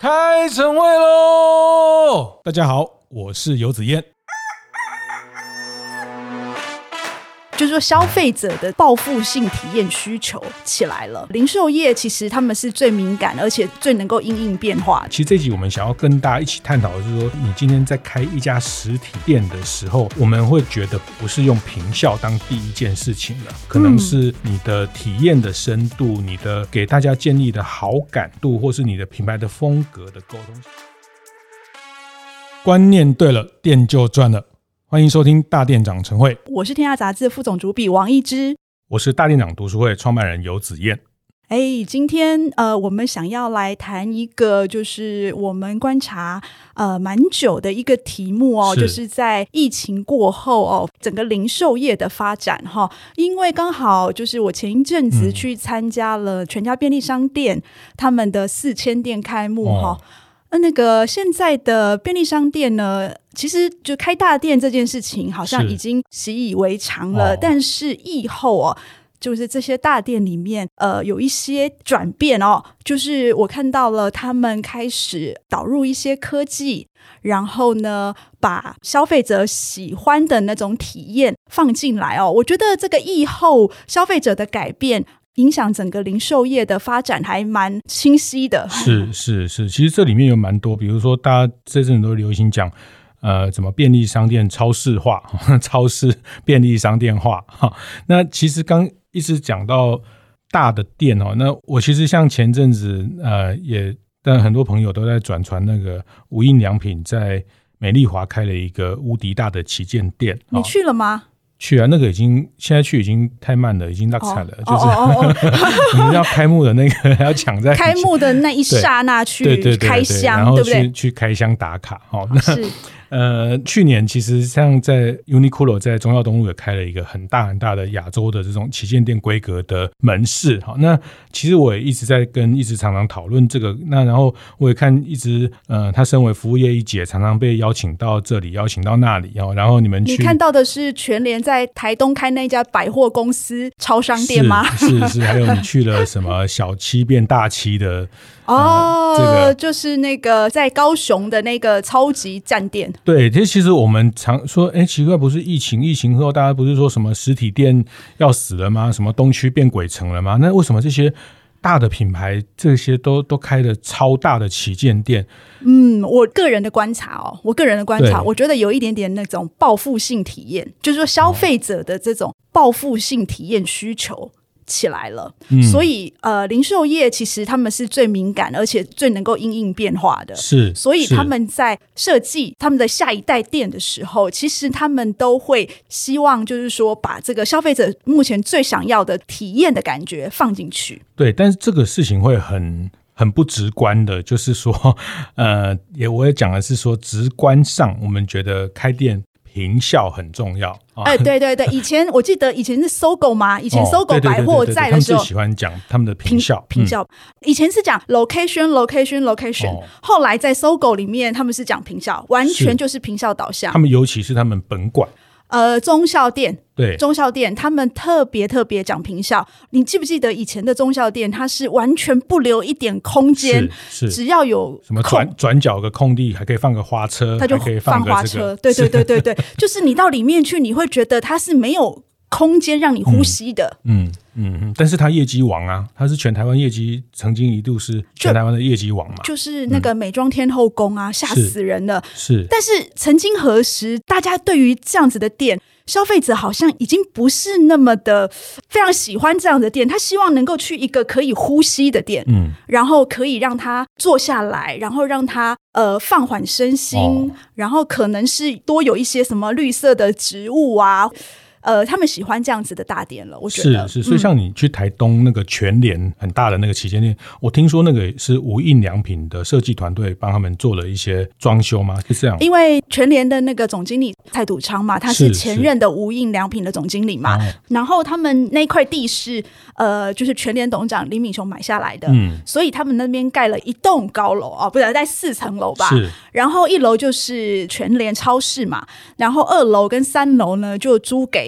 开晨会喽！大家好，我是游子燕。 就是说消费者的报复性体验需求起来了，零售业其实他们是最敏感而且最能够因应变化。 其实这集我们想要跟大家一起探讨的是说，你今天在开一家实体店的时候，我们会觉得不是用坪效当第一件事情了，可能是你的体验的深度，你的给大家建立的好感度，或是你的品牌的风格的沟通。观念对了，店就赚了。欢迎收听大店长晨会， 我是天下杂志副总主笔王一之， 我是大店长读书会创办人游子燕。 今天我们想要来谈一个就是我们观察蛮久的一个题目哦，就是在疫情过后哦，整个零售业的发展哈。因为刚好就是我前一阵子去参加了全家便利商店他们的4000店开幕哈。那个现在的便利商店呢，其实就开大店这件事情好像已经习以为常了，但是疫后哦，就是这些大店里面有一些转变哦，就是我看到了他们开始导入一些科技，然后呢把消费者喜欢的那种体验放进来哦。我觉得这个疫后消费者的改变影响整个零售业的发展还蛮清晰的。 是，其实这里面有蛮多，比如说大家这阵都流行讲怎么便利商店超市化，超市便利商店化。那其实刚一直讲到大的店哦，那我其实像前阵子但很多朋友都在转传那个无印良品在美丽华开了一个无敌大的旗舰店。 你去了吗？ 去啊，那个现在去已经太慢了，已经落惨了，就是你们要开幕的那个还要抢在开幕的那一刹那去开箱， 然后对不对？ 去开箱打卡。去年其实像在 Uniqlo 在忠孝东路也开了一个很大很大的亚洲的这种旗舰店规格的门市。那其实我也一直常常讨论这个，那然后我也看一直他身为服务业一姐，常常被邀请到这里，邀请到那里，然后你看到的是全联在台东开那家百货公司超商店吗？ 是，还有你去了什么小七变大七的就是那个在高雄的那个超级站店。 对，其实我们常说，奇怪，不是疫情后大家不是说什么实体店要死了吗？什么东区变鬼城了吗？那为什么这些大的品牌这些都开了超大的旗舰店？ 我个人的观察，我觉得有一点点那种报复性体验，就是说消费者的这种报复性体验需求起来了。所以零售业其实他们是最敏感而且最能够因应变化的，所以他们在设计他们的下一代店的时候，其实他们都会希望就是说把这个消费者目前最想要的体验的感觉放进去。 对，但是这个事情会很不直观的，就是说我也讲的是说直观上我们觉得开店坪效很重要。 对，我记得以前是搜狗嘛，以前搜狗百货在的时候， 他们最喜欢讲他们的坪效。 以前是讲 location， 后来在搜狗里面他们是讲坪效，完全就是坪效导向。 他们尤其是他们本馆忠孝店， 对， 忠孝店他们特别讲坪效。你记不记得以前的忠孝店，它是完全不留一点空间，只要有什么转角个空地，还可以放个花车， 它就可以放个花车。对，就是你到里面去，你会觉得它是没有空间让你呼吸的。 但是他业绩王啊，他是全台湾业绩曾经一度是全台湾的业绩王嘛， 就是那个美妆天后宫啊，吓死人了。 是， 但是曾经何时，大家对于这样子的店，消费者好像已经不是那么的非常喜欢这样的店，他希望能够去一个可以呼吸的店，然后可以让他坐下来，然后让他放缓身心，然后可能是多有一些什么绿色的植物啊。他们喜欢这样子的大店了，我觉得是，所以像你去台东那个全联很大的那个旗舰店，我听说那个是无印良品的设计团队帮他们做了一些装修吗？是这样？ 因为全联的那个总经理蔡笃昌嘛，他是前任的无印良品的总经理嘛，然后他们那块地是就是全联董事长林敏雄买下来的，所以他们那边盖了一栋高楼不是在4层楼吧，然后1楼就是全联超市嘛，然后2楼跟3楼呢就租给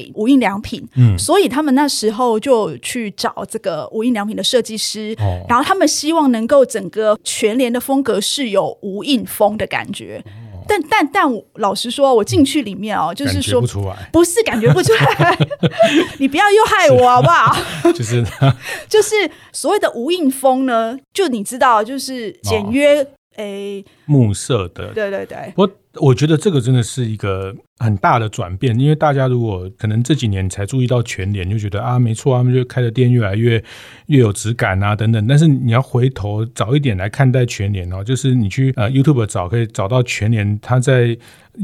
对无印良品，所以他们那时候就去找这个无印良品的设计师，然后他们希望能够整个全联的风格是有无印风的感觉。但老实说，我进去里面就是说感觉不出来， 不是感觉不出来，你不要又害我好不好？就是所谓的无印风呢，就你知道，就是简约木色的， 对对对。 我觉得这个真的是一个很大的转变，因为大家如果可能这几年才注意到全联，就觉得啊，没错，他们就开的店越来越有质感啊等等。但是你要回头早一点来看待全联就是你去YouTube 找可以找到全联，它在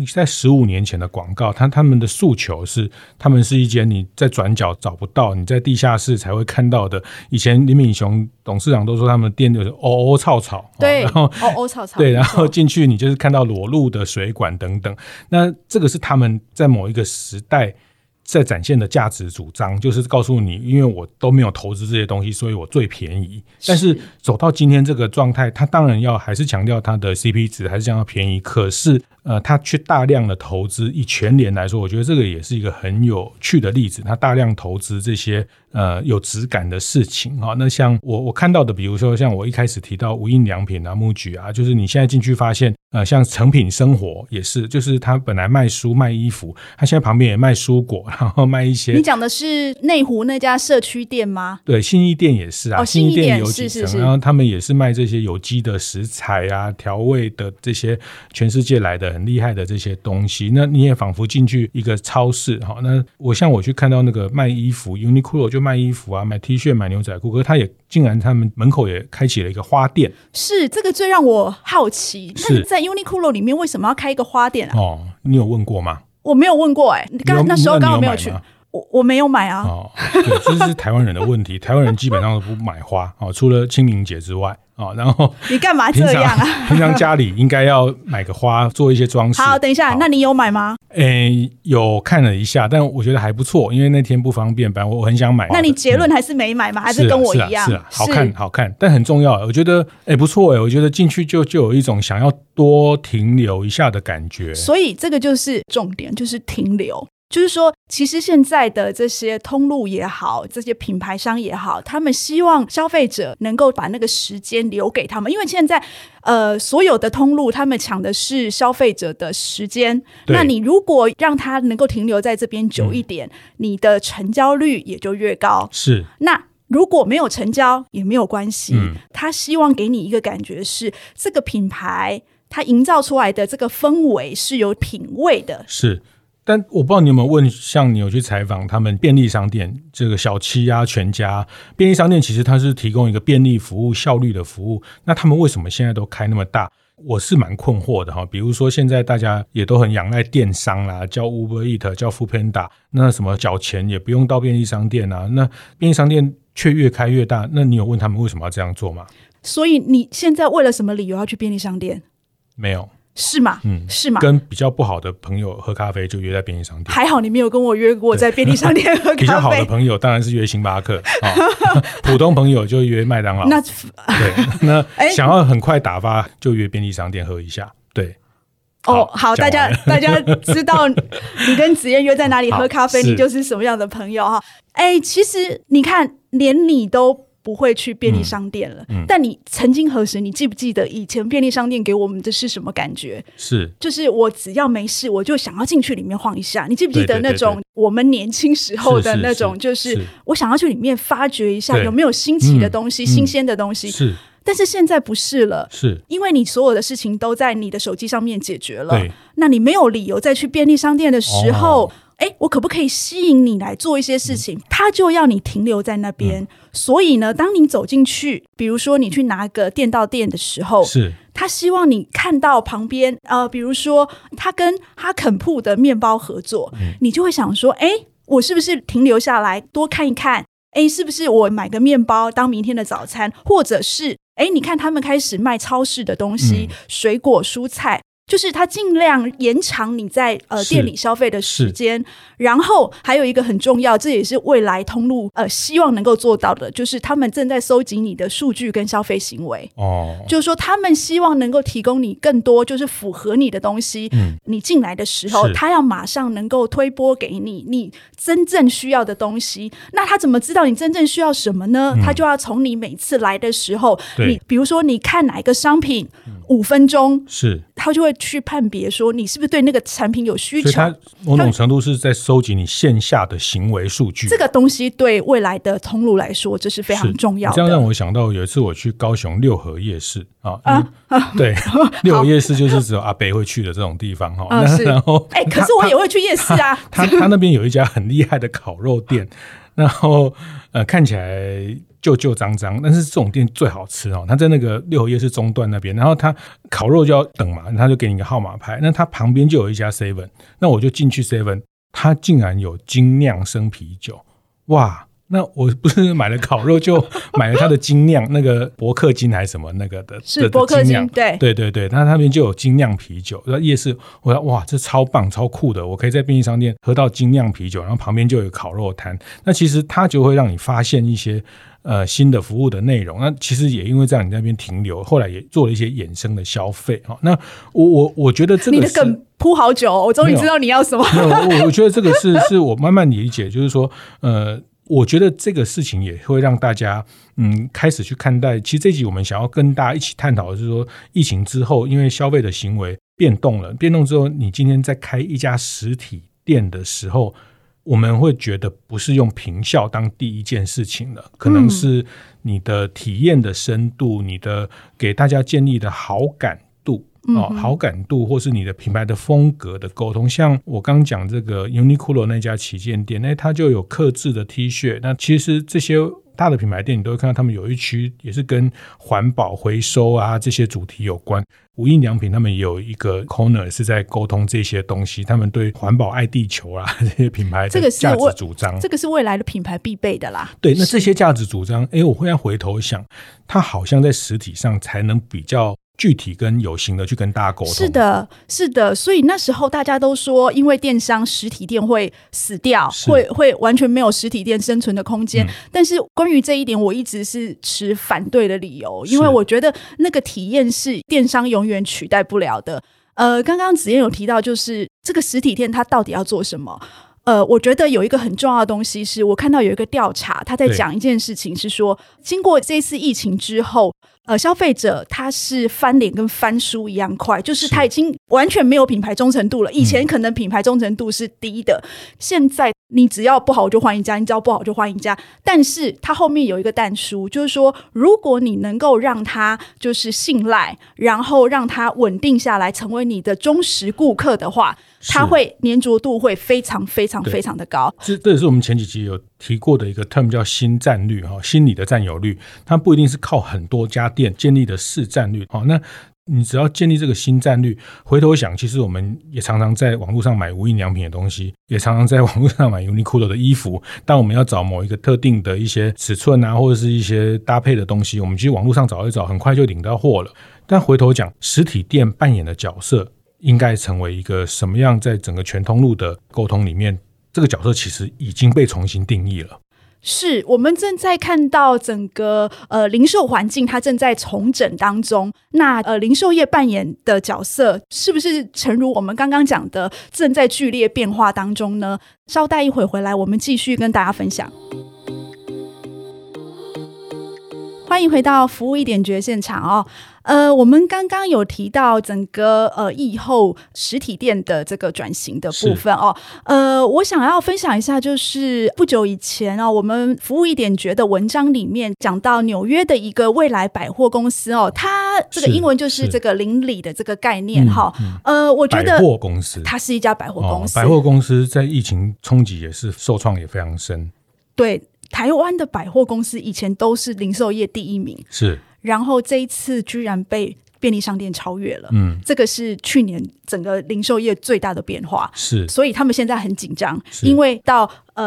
15年前的广告，他们的诉求是，他们是一间你在转角找不到，你在地下室才会看到的。以前林敏雄董事长都说他们的店就是草草， 对， 然后草草， 对，然后进去你就是看到裸露的水管等等。那这个是他们在某一个时代在展现的价值主张，就是告诉你，因为我都没有投资这些东西，所以我最便宜。但是走到今天这个状态，他当然还是强调他的 CP 值，还是讲要便宜，可是他去大量的投资，以全联来说，我觉得这个也是一个很有趣的例子。他大量投资这些有质感的事情那像我看到的，比如说像我一开始提到无印良品啊、木举啊，就是你现在进去发现像诚品生活也是，就是他本来卖书卖衣服，他现在旁边也卖蔬果，然后卖一些。 你讲的是内湖那家社区店吗？ 对，信义店也是啊，信义店有几层， 是然后他们也是卖这些有机的食材啊、调味的这些全世界来的很厉害的这些东西。那你也仿佛进去一个超市，那我去看到那个卖衣服 Uniqlo 就卖衣服啊，买 T 恤买牛仔裤，可是他也竟然他们门口也开启了一个花店。是这个最让我好奇，那在 Uniqlo 里面为什么要开一个花店啊？ 你有问过吗？ 我没有问过那时候刚好没有去。我没有买啊。 对，这是台湾人的问题。台湾人基本上都不买花除了清明节之外然后你干嘛这样啊？ 平常家里应该要买个花做一些装饰。 好，等一下，那你有买吗？ 有看了一下，但我觉得还不错，因为那天不方便，本来我很想买。 那你结论还是没买吗？还是跟我一样？ 是好看，但很重要。我觉得不错我觉得进去就有一种想要多停留一下的感觉。 所以这个就是重点，就是停留。就是说，其实现在的这些通路也好，这些品牌商也好，他们希望消费者能够把那个时间留给他们，因为现在所有的通路他们抢的是消费者的时间，那你如果让他能够停留在这边久一点，你的成交率也就越高。 是， 那如果没有成交也没有关系，他希望给你一个感觉是这个品牌它营造出来的这个氛围是有品味的。 是，但我不知道你有没有问，像你有去采访他们便利商店，这个小七啊、全家便利商店，其实它是提供一个便利服务、效率的服务。那他们为什么现在都开那么大？我是蛮困惑的比如说现在大家也都很仰赖电商啦，叫 Uber Eats 叫 Foodpanda， 那什么缴钱也不用到便利商店啊，那便利商店却越开越大，那你有问他们为什么要这样做吗？ 所以你现在为了什么理由要去便利商店？ 没有。 是吗？是吗？ 跟比较不好的朋友喝咖啡就约在便利商店。 还好你没有跟我约过在便利商店喝咖啡。 比较好的朋友当然是约星巴克普通朋友就约麦当劳。那想要很快打发就约便利商店喝一下。对。 好，大家知道你跟子燕约在哪里喝咖啡，你就是什么样的朋友其实你看，连你都不会去便利商店了，但你曾经何时，你记不记得以前便利商店给我们的是什么感觉？是，就是我只要没事我就想要进去里面晃一下。你记不记得那种我们年轻时候的那种，就是我想要去里面发掘一下有没有新奇的东西、新鲜的东西。是，但是现在不是了，是因为你所有的事情都在你的手机上面解决了，那你没有理由再去便利商店的时候我可不可以吸引你来做一些事情，他就要你停留在那边。所以呢，当你走进去，比如说你去拿个店到店的时候，是他希望你看到旁边比如说他跟哈肯铺的面包合作，你就会想说我是不是停留下来多看一看，是不是我买个面包当明天的早餐，或者是你看他们开始卖超市的东西，水果蔬菜， 就是它尽量延长你在店里消费的时间。然后还有一个很重要，这也是未来通路希望能够做到的，就是他们正在收集你的数据跟消费行为。就是说他们希望能够提供你更多就是符合你的东西。你进来的时候，他要马上能够推播给你真正需要的东西。那他怎么知道你真正需要什么呢？他就要从你每次来的时候，你比如说你看哪一个商品5分钟，他就会去判别说你是不是对那个产品有需求。所以他某种程度是在收集你线下的行为数据。 这个东西对未来的通路来说，这是非常重要的。 这样让我想到有一次我去高雄六合夜市对，六合夜市就是只有阿北会去的这种地方然后可是我也会去夜市啊。 他那边有一家很厉害的烤肉店，然后看起来旧旧脏脏，但是这种店最好吃他在那个六合夜市中段那边，然后他烤肉就要等嘛，他就给你一个号码牌，那他旁边就有一家 7， 那我就进去 7， 他竟然有精酿生啤酒，哇！那我不是买了烤肉就买了他的精酿那个伯克金还是什么那个的， 是伯克金， 对，他那边就有精酿啤酒。夜市我说哇，这超棒超酷的，我可以在便利商店喝到精酿啤酒，然后旁边就有烤肉摊。那其实它就会让你发现一些新的服务的内容。那其实也因为这样，你在那边停留，后来也做了一些衍生的消费。那我觉得这个你的梗铺好久，我终于知道你要什么。 我觉得这个是我慢慢理解，就是说我觉得这个事情也会让大家开始去看待。其实这集我们想要跟大家一起探讨的是说，疫情之后因为消费的行为变动了，变动之后你今天在开一家实体店的时候，我们会觉得不是用坪效当第一件事情了，可能是你的体验的深度，你的给大家建立的好感度好感度，或是你的品牌的风格的沟通。像我刚讲这个 Uniqlo 那家旗舰店，它就有客制的 T 恤。那其实这些大的品牌店你都会看到他们有一区也是跟环保回收啊这些主题有关。无印良品他们也有一个 corner 是在沟通这些东西，他们对环保爱地球啊这些品牌的价值主张， 这个是未来的品牌必备的啦。 对，那这些价值主张我会回头想，它好像在实体上才能比较具体跟有形的去跟大家沟通。 是的，所以那时候大家都说因为电商实体店会死掉，会完全没有实体店生存的空间。但是关于这一点我一直是持反对的理由，因为我觉得那个体验是电商永远取代不了的。刚刚子燕有提到就是这个实体店它到底要做什么。我觉得有一个很重要的东西是我看到有一个调查，他在讲一件事情是说，经过这次疫情之后消费者他是翻脸跟翻书一样快，就是他已经完全没有品牌忠诚度了。以前可能品牌忠诚度是低的，现在你只要不好我就换一家，你只要不好就换一家。但是他后面有一个但书，就是说如果你能够让他就是信赖，然后让他稳定下来成为你的忠实顾客的话，他会粘着度会非常非常非常的高。 这也是我们前几集有提过的一个 term 叫新占率，心理的占有率。它不一定是靠很多家店建立的市占率，那你只要建立这个新占率，回头想其实我们也常常在网络上买无印良品的东西，也常常在网络上买 Uniqlo 的衣服。当我们要找某一个特定的一些尺寸啊，或者是一些搭配的东西，我们其实网络上找一找很快就领到货了。但回头讲实体店扮演的角色应该成为一个什么样，在整个全通路的沟通里面，这个角色其实已经被重新定义了。 是我们正在看到整个零售环境它正在重整当中，那零售业扮演的角色是不是诚如我们刚刚讲的正在剧烈变化当中呢？稍待一会回来我们继续跟大家分享。欢迎回到服务一点绝现场我们刚刚有提到整个疫后实体店的这个转型的部分我想要分享一下，就是不久以前我们服务一点绝的文章里面讲到纽约的一个未来百货公司它这个英文就是这个邻里的这个概念我觉得百货公司它是一家百货公司百货公司在疫情冲击也是受创也非常深。 对，台湾的百货公司以前都是零售业第一名， 是， 然后这一次居然被便利商店超越了， 这个是去年整个零售业最大的变化， 是， 所以他们现在很紧张，因为到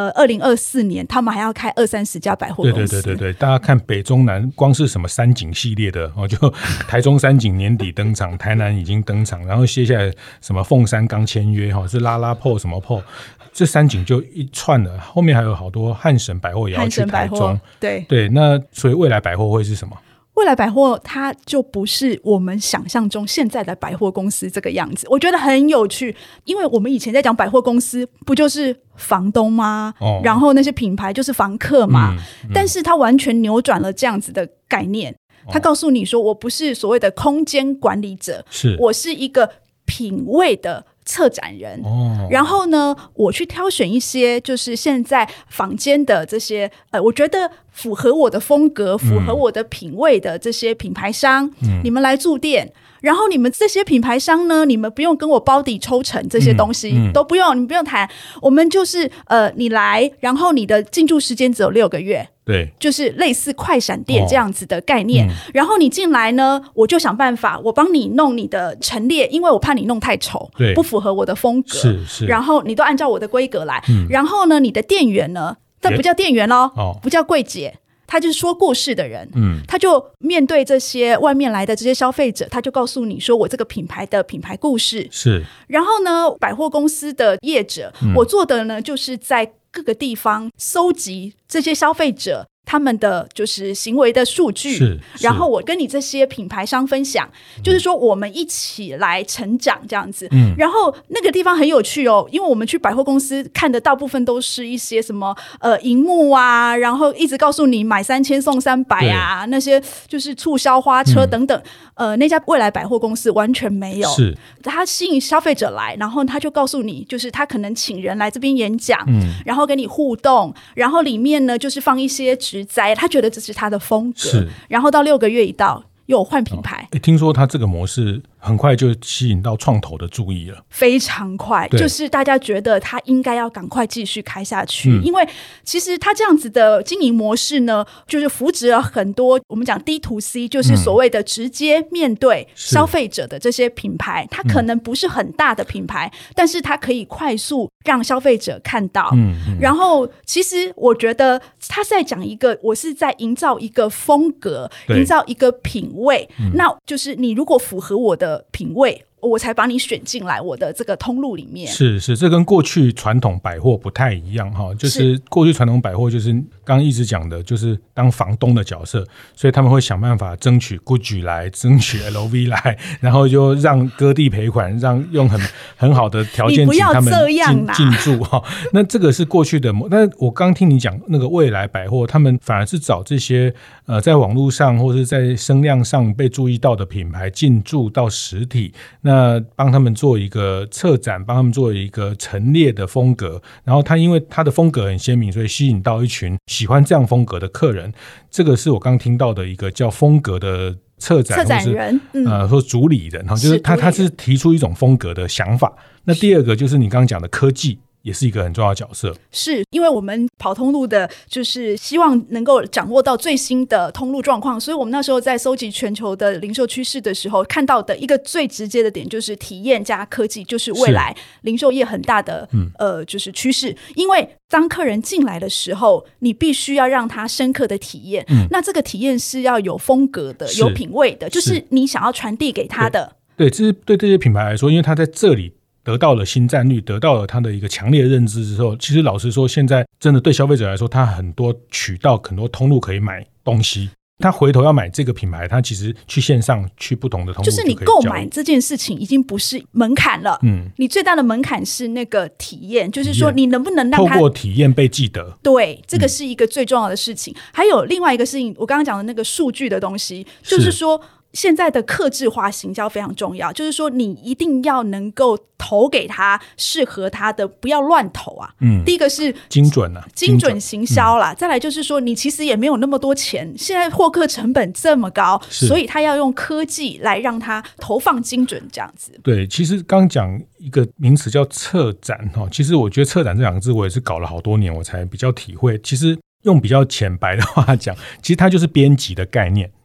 2024年他们还要开20-30家百货公司。 对，大家看北中南，光是什么三井系列的就台中三井年底登场，台南已经登场，然后接下来什么凤山刚签约是拉拉破什么破，这三井就一串了，后面还有好多汉神百货也要去台中。对，那所以未来百货会是什么？ 未来百货它就不是我们想象中现在的百货公司这个样子，我觉得很有趣，因为我们以前在讲百货公司不就是房东吗？然后那些品牌就是房客嘛，但是它完全扭转了这样子的概念，它告诉你说我不是所谓的空间管理者，我是一个品味的策展人，然后呢我去挑选一些就是现在坊间的这些我觉得符合我的风格符合我的品味的这些品牌商，你们来驻店，然后你们这些品牌商呢，你们不用跟我包底抽成这些东西，都不用，你们不用谈，我们就是你来，然后你的进驻时间只有6个月， 对， 就是类似快闪店这样子的概念，然后你进来呢，我就想办法，我帮你弄你的陈列，因为我怕你弄太丑，不符合我的风格， 是， 然后你都按照我的规格来，然后呢，你的店员呢，但不叫店员咯，不叫柜姐，他就是说故事的人，他就面对这些外面来的这些消费者，他就告诉你说我这个品牌的品牌故事是， 然后呢，百货公司的业者，我做的呢就是在各个地方搜集这些消费者他们的就是行为的数据，然后我跟你这些品牌商分享，就是说我们一起来成长这样子，然后那个地方很有趣哦，因为我们去百货公司看的大部分都是一些什么荧幕啊，然后一直告诉你买3000送300啊，那些就是促销花车等等，那家未来百货公司完全没有，是他吸引消费者来，然后他就告诉你，就是他可能请人来这边演讲，然后跟你互动，然后里面呢就是放一些植栽，他觉得这是他的风格，然后到6个月一到又换品牌， 听说他这个模式很快就吸引到创投的注意了， 非常快，就是大家觉得他应该要赶快继续开下去，因为其实他这样子的经营模式呢，就是扶植了很多我们讲 D2C， 就是所谓的直接面对消费者的这些品牌，它可能不是很大的品牌，但是它可以快速让消费者看到，然后其实我觉得他在讲一个，我是在营造一个风格，营造一个品味，那就是你如果符合我的品味，我才把你选进来我的这个通路里面。 是，这跟过去传统百货不太一样哈，就是过去传统百货就是刚刚一直讲的，就是当房东的角色，所以他们会想办法争取 Gucci 来，争取 LV 来，然后就让割地赔款，让用很好的条件请他们进驻哈。那这个是过去的，但我刚听你讲那个未来百货，他们反而是找这些在网络上或是在声量上被注意到的品牌进驻到实体。那帮他们做一个策展，帮他们做一个陈列的风格，然后他因为他的风格很鲜明，所以吸引到一群喜欢这样风格的客人。这个是我刚听到的一个叫风格的策展人， 或主理人，就是他是提出一种风格的想法。那第二个就是你刚刚讲的科技，也是一个很重要的角色， 是因为我们跑通路的就是希望能够掌握到最新的通路状况，所以我们那时候在搜集全球的零售趋势的时候，看到的一个最直接的点就是体验加科技，就是未来零售业很大的就是趋势。因为当客人进来的时候，你必须要让他深刻的体验，那这个体验是要有风格的，有品味的，就是你想要传递给他的。对， 这是对这些品牌来说，因为他在这里得到了新战率，得到了他的一个强烈的认知之后，其实老实说，现在真的对消费者来说，他很多渠道很多通路可以买东西，他回头要买这个品牌，他其实去线上去不同的通路就是你购买这件事情已经不是门槛了，你最大的门槛是那个体验，就是说你能不能让他透过体验被记得， 对，这个是一个最重要的事情。还有另外一个事情，我刚刚讲的那个数据的东西，就是说现在的客制化行销非常重要，就是说你一定要能够投给他适合他的，不要乱投啊。第一个是精准行销啦，再来就是说你其实也没有那么多钱，现在获客成本这么高，所以他要用科技来让他投放精准这样子。 对，其实刚讲一个名词叫策展，其实我觉得策展这两个字我也是搞了好多年我才比较体会，其实用比较浅白的话讲，其实它就是编辑的概念。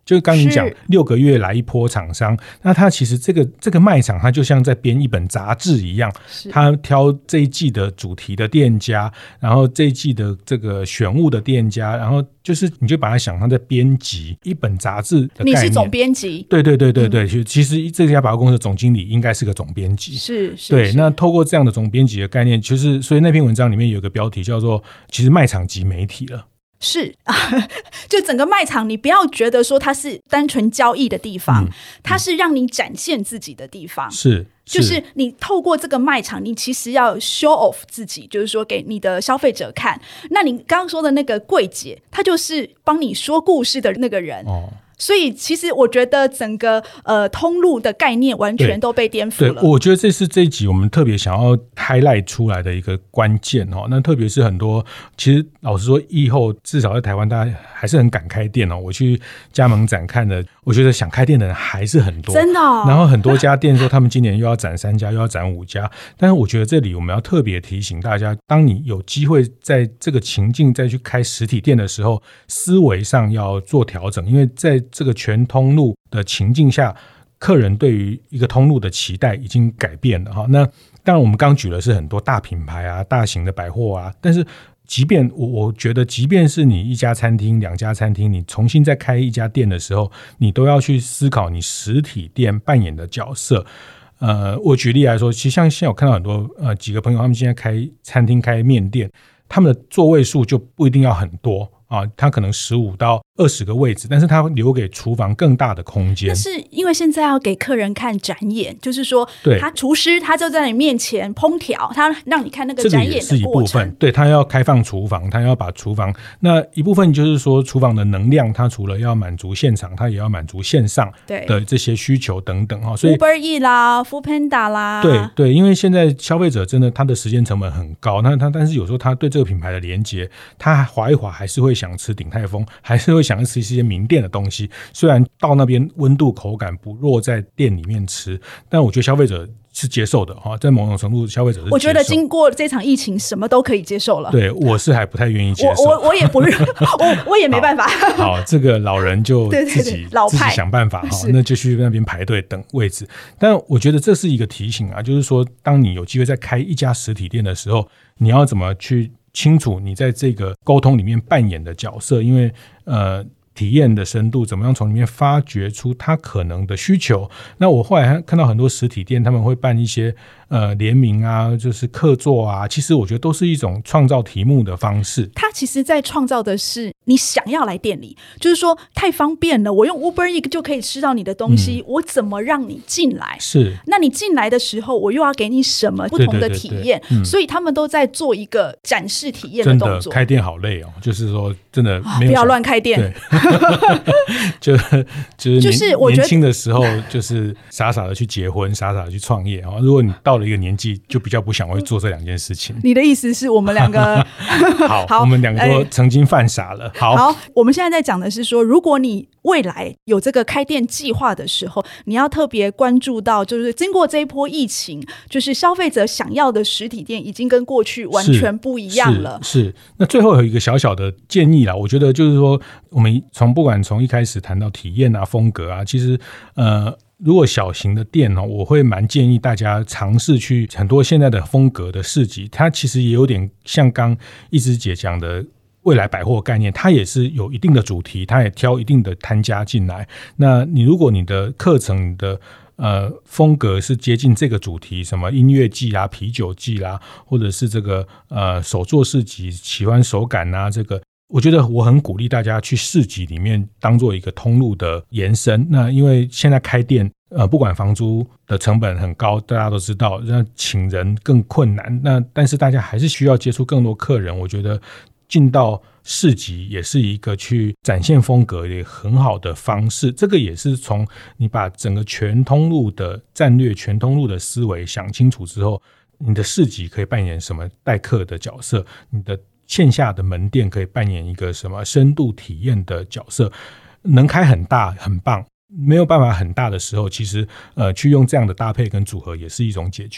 就是刚你讲6个月来一波厂商，那他其实这个卖场，他就像在编一本杂志一样，他挑这一季的主题的店家，然后这一季的这个选物的店家，然后就是你就把它想象在编辑一本杂志的概念。 你是总编辑？ 对，其实这家百货公司的总经理应该是个总编辑。是对。那透过这样的总编辑的概念，就是所以那篇文章里面有一个标题叫做其实卖场即媒体了。 是就整个卖场，你不要觉得说它是单纯交易的地方，它是让你展现自己的地方。就是你透过这个卖场，你其实要 show off 自己，就是说给你的消费者看。那你刚刚说的那个柜姐，她就是帮你说故事的那个人。所以其实我觉得整个通路的概念完全都被颠覆了。 对，我觉得这是这一集我们特别想要 highlight 出来的一个关键。那特别是很多，其实老实说疫后至少在台湾大家还是很敢开店。我去加盟展看的，我觉得想开店的人还是很多， 真的。 然后很多家店说他们今年又要展3家又要展5家，但是我觉得这里我们要特别提醒大家，当你有机会在这个情境再去开实体店的时候，思维上要做调整，因为在这个全通路的情境下，客人对于一个通路的期待已经改变了。那当然我们刚举的是很多大品牌啊、大型的百货啊，但是即便我觉得即便是你1家餐厅2家餐厅，你重新再开一家店的时候，你都要去思考你实体店扮演的角色。我举例来说，其实像现在我看到很多几个朋友他们现在开餐厅开面店，他们的座位数就不一定要很多他可能15到20个位置，但是他留给厨房更大的空间。 但是因为现在要给客人看展演，就是说他厨师他就在你面前烹调，他让你看那个展演的过程，这个也是一部分。 对，他要开放厨房，他要把厨房那一部分就是说厨房的能量，他除了要满足现场，他也要满足线上的这些需求等等。所以 Uber Eats 啦 Foodpanda 啦， 对，因为现在消费者真的他的时间成本很高，但是有时候他对这个品牌的连结，他滑一滑还是会想吃鼎泰丰，还是会想吃一些名店的东西，虽然到那边温度口感不弱在店里面吃，但我觉得消费者是接受的，在某种程度消费者是接受。 我觉得经过这场疫情什么都可以接受了。 对，我是还不太愿意接受。 我也不我也没办法。 好，这个老人就自己想办法，那就去那边排队等位置。但我觉得这是一个提醒啊，就是说当你有机会再开一家实体店的时候，你要怎么去清楚你在这个沟通里面扮演的角色，因为体验的深度怎么样从里面发掘出他可能的需求。那我后来看到很多实体店他们会办一些联名啊，就是客座啊，其实我觉得都是一种创造题目的方式。 他其实在创造的是你想要来店里，就是说太方便了，我用 Uber Eats 就可以吃到你的东西，我怎么让你进来？是，那你进来的时候我又要给你什么不同的体验？所以他们都在做一个展示体验的动作。 真的开店好累就是说真的没有不要乱开店。 就是我年轻的时候就是傻傻的去结婚，傻傻的去创业。如果你到了一个年纪，就比较不想会做这2件事情。 你的意思是我们2个好，我们2个都曾经犯傻了。 好，我们现在在讲的是说，如果你未来有这个开店计划的时候，你要特别关注到，就是经过这一波疫情，就是消费者想要的实体店已经跟过去完全不一样了。是， 那最后有一个小小的建议啦，我觉得就是说，我们不管从一开始谈到体验啊、风格啊，其实如果小型的店我会蛮建议大家尝试去很多现在的风格的市集，它其实也有点像刚一枝姐讲的未来百货概念，它也是有一定的主题，它也挑一定的摊家进来。那如果你的课程你的风格是接近这个主题，什么音乐季啦、啤酒季啦，或者是这个手作市集，喜欢手感啊，这个我觉得我很鼓励大家去市集里面当做一个通路的延伸。那因为现在开店不管房租的成本很高，大家都知道，那请人更困难，但是大家还是需要接触更多客人，我觉得进到市集也是一个去展现风格也很好的方式。这个也是从你把整个全通路的战略、全通路的思维想清楚之后，你的市集可以扮演什么待客的角色，你的线下的门店可以扮演一个什么深度体验的角色。能开很大很棒，没有办法很大的时候，其实去用这样的搭配跟组合也是一种解决。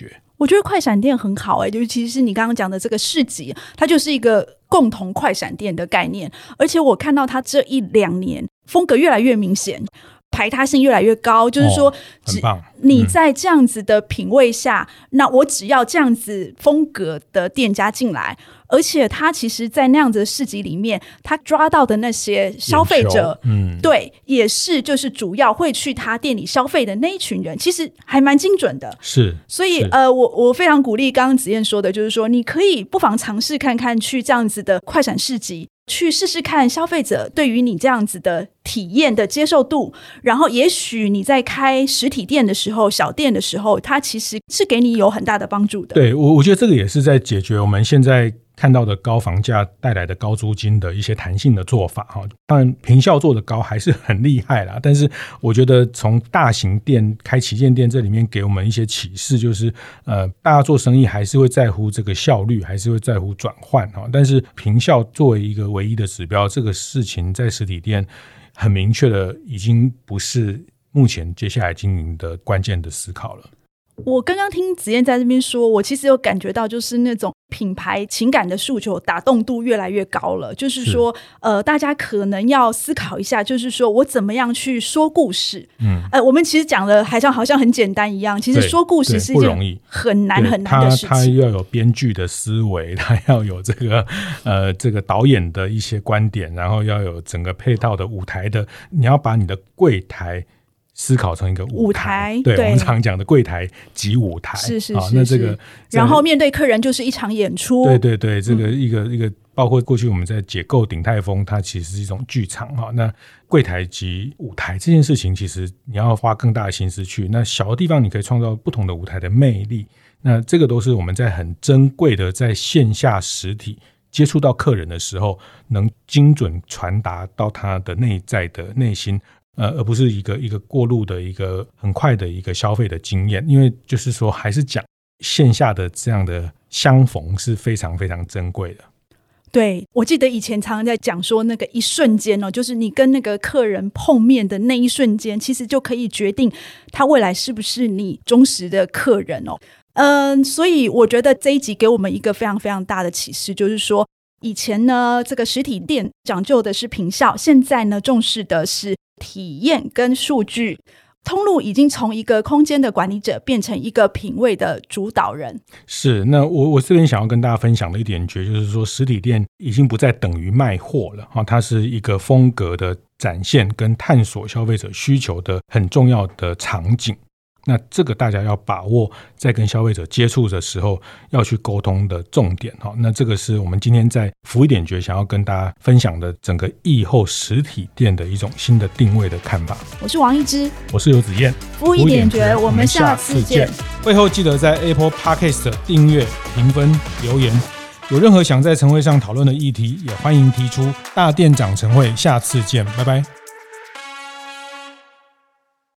我觉得快闪店很好尤其是你刚刚讲的这个市集，它就是一个共同快闪店的概念，而且我看到它这1-2年风格越来越明显，排他性越来越高，就是说很棒， 你在这样子的品味下，那我只要这样子风格的店家进来，而且他其实在那样子的市集里面，他抓到的那些消费者，对，也是就是主要会去他店里消费的那一群人，其实还蛮精准的。 是， 所以我非常鼓励刚刚子燕说的，就是说你可以不妨尝试看看去这样子的快闪市集，去试试看消费者对于你这样子的体验的接受度，然后也许你在开实体店的时候，小店的时候，它其实是给你有很大的帮助的。 对，我觉得这个也是在解决我们现在看到的高房价带来的高租金的一些弹性的做法。当然坪效做的高还是很厉害啦，但是我觉得从大型店开旗舰店这里面给我们一些启示，就是大家做生意还是会在乎这个效率，还是会在乎转换，但是坪效作为一个唯一的指标，这个事情在实体店很明确的已经不是目前接下来经营的关键的思考了。 我刚刚听子燕在这边说，我其实有感觉到就是那种品牌情感的诉求打动度越来越高了，就是说大家可能要思考一下，就是说我怎么样去说故事。我们其实讲的好像很简单一样，其实说故事是一件很难很难的事情。 他要有编剧的思维，他要有这个导演的一些观点，然后要有整个配套的舞台的，你要把你的柜台思考成一个舞台，对，我们常讲的柜台即舞台， 是那这个然后面对客人就是一场演出， 对，这个一个包括过去我们在解构鼎泰丰，它其实是一种剧场那柜台即舞台这件事情，其实你要花更大的心思去，那小的地方你可以创造不同的舞台的魅力，那这个都是我们在很珍贵的在线下实体接触到客人的时候能精准传达到他的内在的内心，而不是一个过路的一个很快的一个消费的经验。因为就是说还是讲线下的这样的相逢是非常非常珍贵的。 对，我记得以前常常在讲说那个一瞬间就是你跟那个客人碰面的那一瞬间，其实就可以决定他未来是不是你忠实的客人所以我觉得这一集给我们一个非常非常大的启示，就是说以前呢这个实体店讲究的是坪效，现在呢重视的是体验跟数据，通路已经从一个空间的管理者变成一个品味的主导人。 是，那我这边想要跟大家分享的一点就是说，实体店已经不再等于卖货了，它是一个风格的展现跟探索消费者需求的很重要的场景。那这个大家要把握，在跟消费者接触的时候要去沟通的重点。那这个是我们今天在福一点觉想要跟大家分享的整个疫后实体店的一种新的定位的看法。 我是王一之， 我是游子燕， 福一点觉，我们下次见。 会后记得在 Apple Podcast 订阅、评分、留言。有任何想在晨会上讨论的议题，也欢迎提出。大店长晨会，下次见，拜拜。